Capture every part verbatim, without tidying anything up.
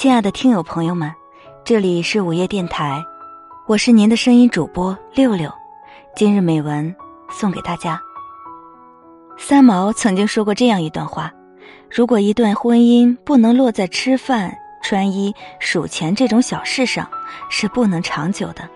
亲爱的听友朋友们，这里是午夜电台，我是您的声音主播六六。今日美文送给大家。三毛曾经说过这样一段话：如果一段婚姻不能落在吃饭、穿衣、数钱这种小事上，是不能长久的。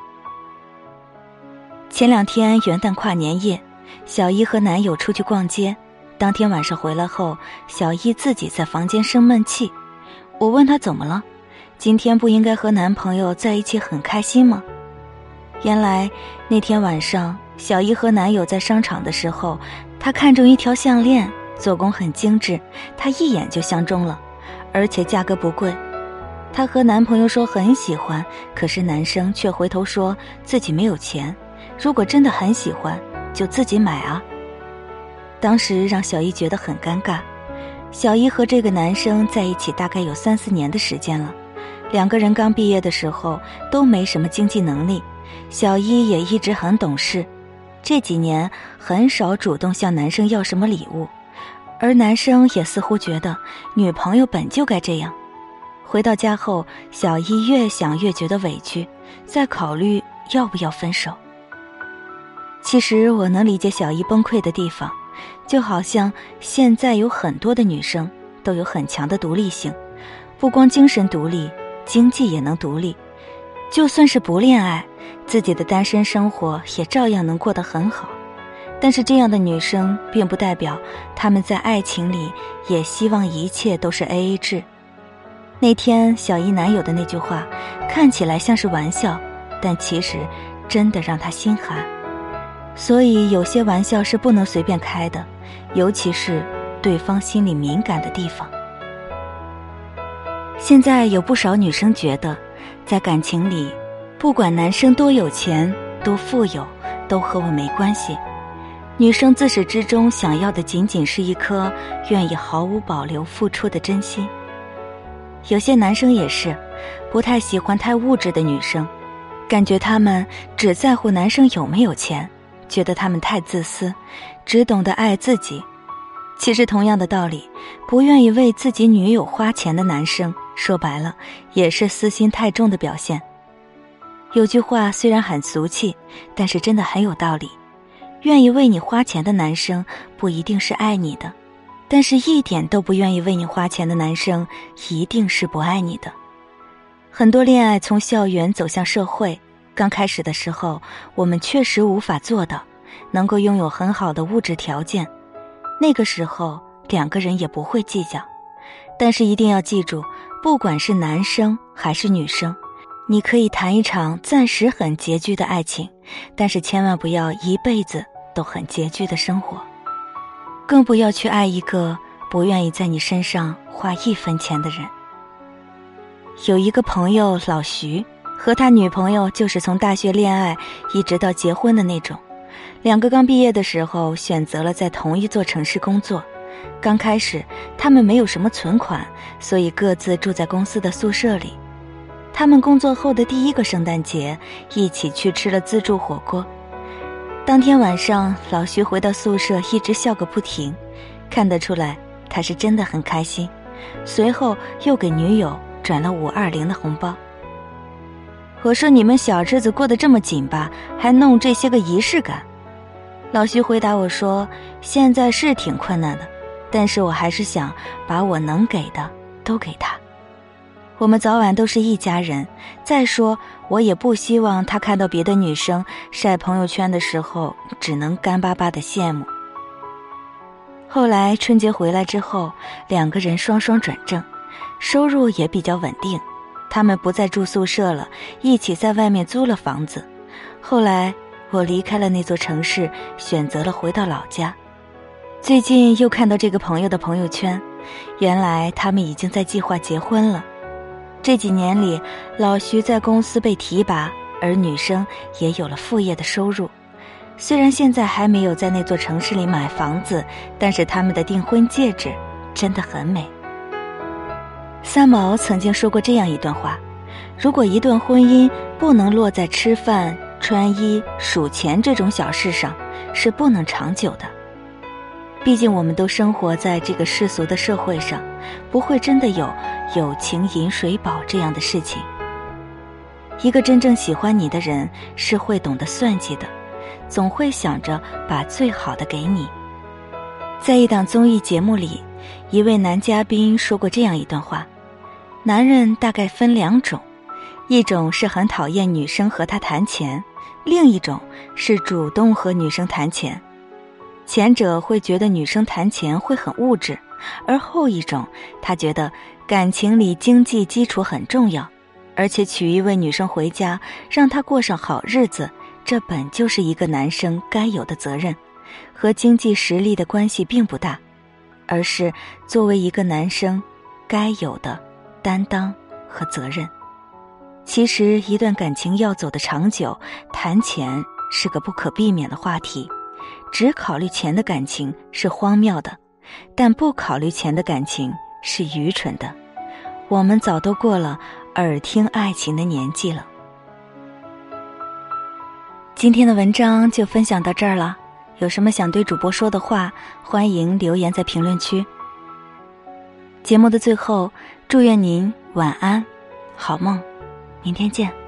前两天元旦跨年夜，小一和男友出去逛街，当天晚上回来后，小一自己在房间生闷气。我问她怎么了，今天不应该和男朋友在一起很开心吗？原来那天晚上，小一和男友在商场的时候，她看中一条项链，做工很精致，她一眼就相中了，而且价格不贵。她和男朋友说很喜欢，可是男生却回头说自己没有钱，如果真的很喜欢，就自己买啊。当时让小一觉得很尴尬。小一和这个男生在一起大概有三四年的时间了，两个人刚毕业的时候都没什么经济能力，小一也一直很懂事，这几年很少主动向男生要什么礼物，而男生也似乎觉得女朋友本就该这样。回到家后，小一越想越觉得委屈，在考虑要不要分手。其实我能理解小一崩溃的地方，就好像现在有很多的女生都有很强的独立性，不光精神独立，经济也能独立，就算是不恋爱，自己的单身生活也照样能过得很好。但是这样的女生并不代表她们在爱情里也希望一切都是 A A 制。那天小一男友的那句话看起来像是玩笑，但其实真的让她心寒。所以有些玩笑是不能随便开的，尤其是对方心里敏感的地方。现在有不少女生觉得，在感情里，不管男生多有钱、多富有，都和我没关系。女生自始至终想要的仅仅是一颗愿意毫无保留付出的真心。有些男生也是，不太喜欢太物质的女生，感觉他们只在乎男生有没有钱，觉得他们太自私，只懂得爱自己。其实同样的道理，不愿意为自己女友花钱的男生，说白了也是私心太重的表现。有句话虽然很俗气，但是真的很有道理，愿意为你花钱的男生不一定是爱你的，但是一点都不愿意为你花钱的男生一定是不爱你的。很多恋爱从校园走向社会，刚开始的时候，我们确实无法做到能够拥有很好的物质条件，那个时候两个人也不会计较。但是一定要记住，不管是男生还是女生，你可以谈一场暂时很拮据的爱情，但是千万不要一辈子都很拮据的生活，更不要去爱一个不愿意在你身上花一分钱的人。有一个朋友老徐，和他女朋友就是从大学恋爱一直到结婚的那种，两个刚毕业的时候选择了在同一座城市工作。刚开始他们没有什么存款，所以各自住在公司的宿舍里。他们工作后的第一个圣诞节，一起去吃了自助火锅。当天晚上老徐回到宿舍一直笑个不停，看得出来他是真的很开心，随后又给女友转了五二零的红包。我说你们小日子过得这么紧吧，还弄这些个仪式感。老徐回答我说，现在是挺困难的，但是我还是想把我能给的都给他。我们早晚都是一家人，再说我也不希望他看到别的女生晒朋友圈的时候只能干巴巴的羡慕。后来春节回来之后，两个人双双转正，收入也比较稳定，他们不再住宿舍了，一起在外面租了房子。后来我离开了那座城市，选择了回到老家。最近又看到这个朋友的朋友圈，原来他们已经在计划结婚了。这几年里，老徐在公司被提拔，而女生也有了副业的收入。虽然现在还没有在那座城市里买房子，但是他们的订婚戒指真的很美。三毛曾经说过这样一段话：如果一段婚姻不能落在吃饭、穿衣、数钱这种小事上，是不能长久的。 毕竟我们都生活在这个世俗的社会上，不会真的有友情饮水饱这样的事情。一个真正喜欢你的人是会懂得算计的，总会想着把最好的给你。在一档综艺节目里，一位男嘉宾说过这样一段话：男人大概分两种，一种是很讨厌女生和他谈钱，另一种是主动和女生谈钱。前者会觉得女生谈钱会很物质，而后一种他觉得感情里经济基础很重要，而且娶一位女生回家让她过上好日子，这本就是一个男生该有的责任，和经济实力的关系并不大，而是作为一个男生该有的担当和责任。其实一段感情要走得长久，谈钱是个不可避免的话题。只考虑钱的感情是荒谬的，但不考虑钱的感情是愚蠢的。我们早都过了耳听爱情的年纪了。今天的文章就分享到这儿了，有什么想对主播说的话，欢迎留言在评论区。节目的最后，祝愿您晚安，好梦，明天见。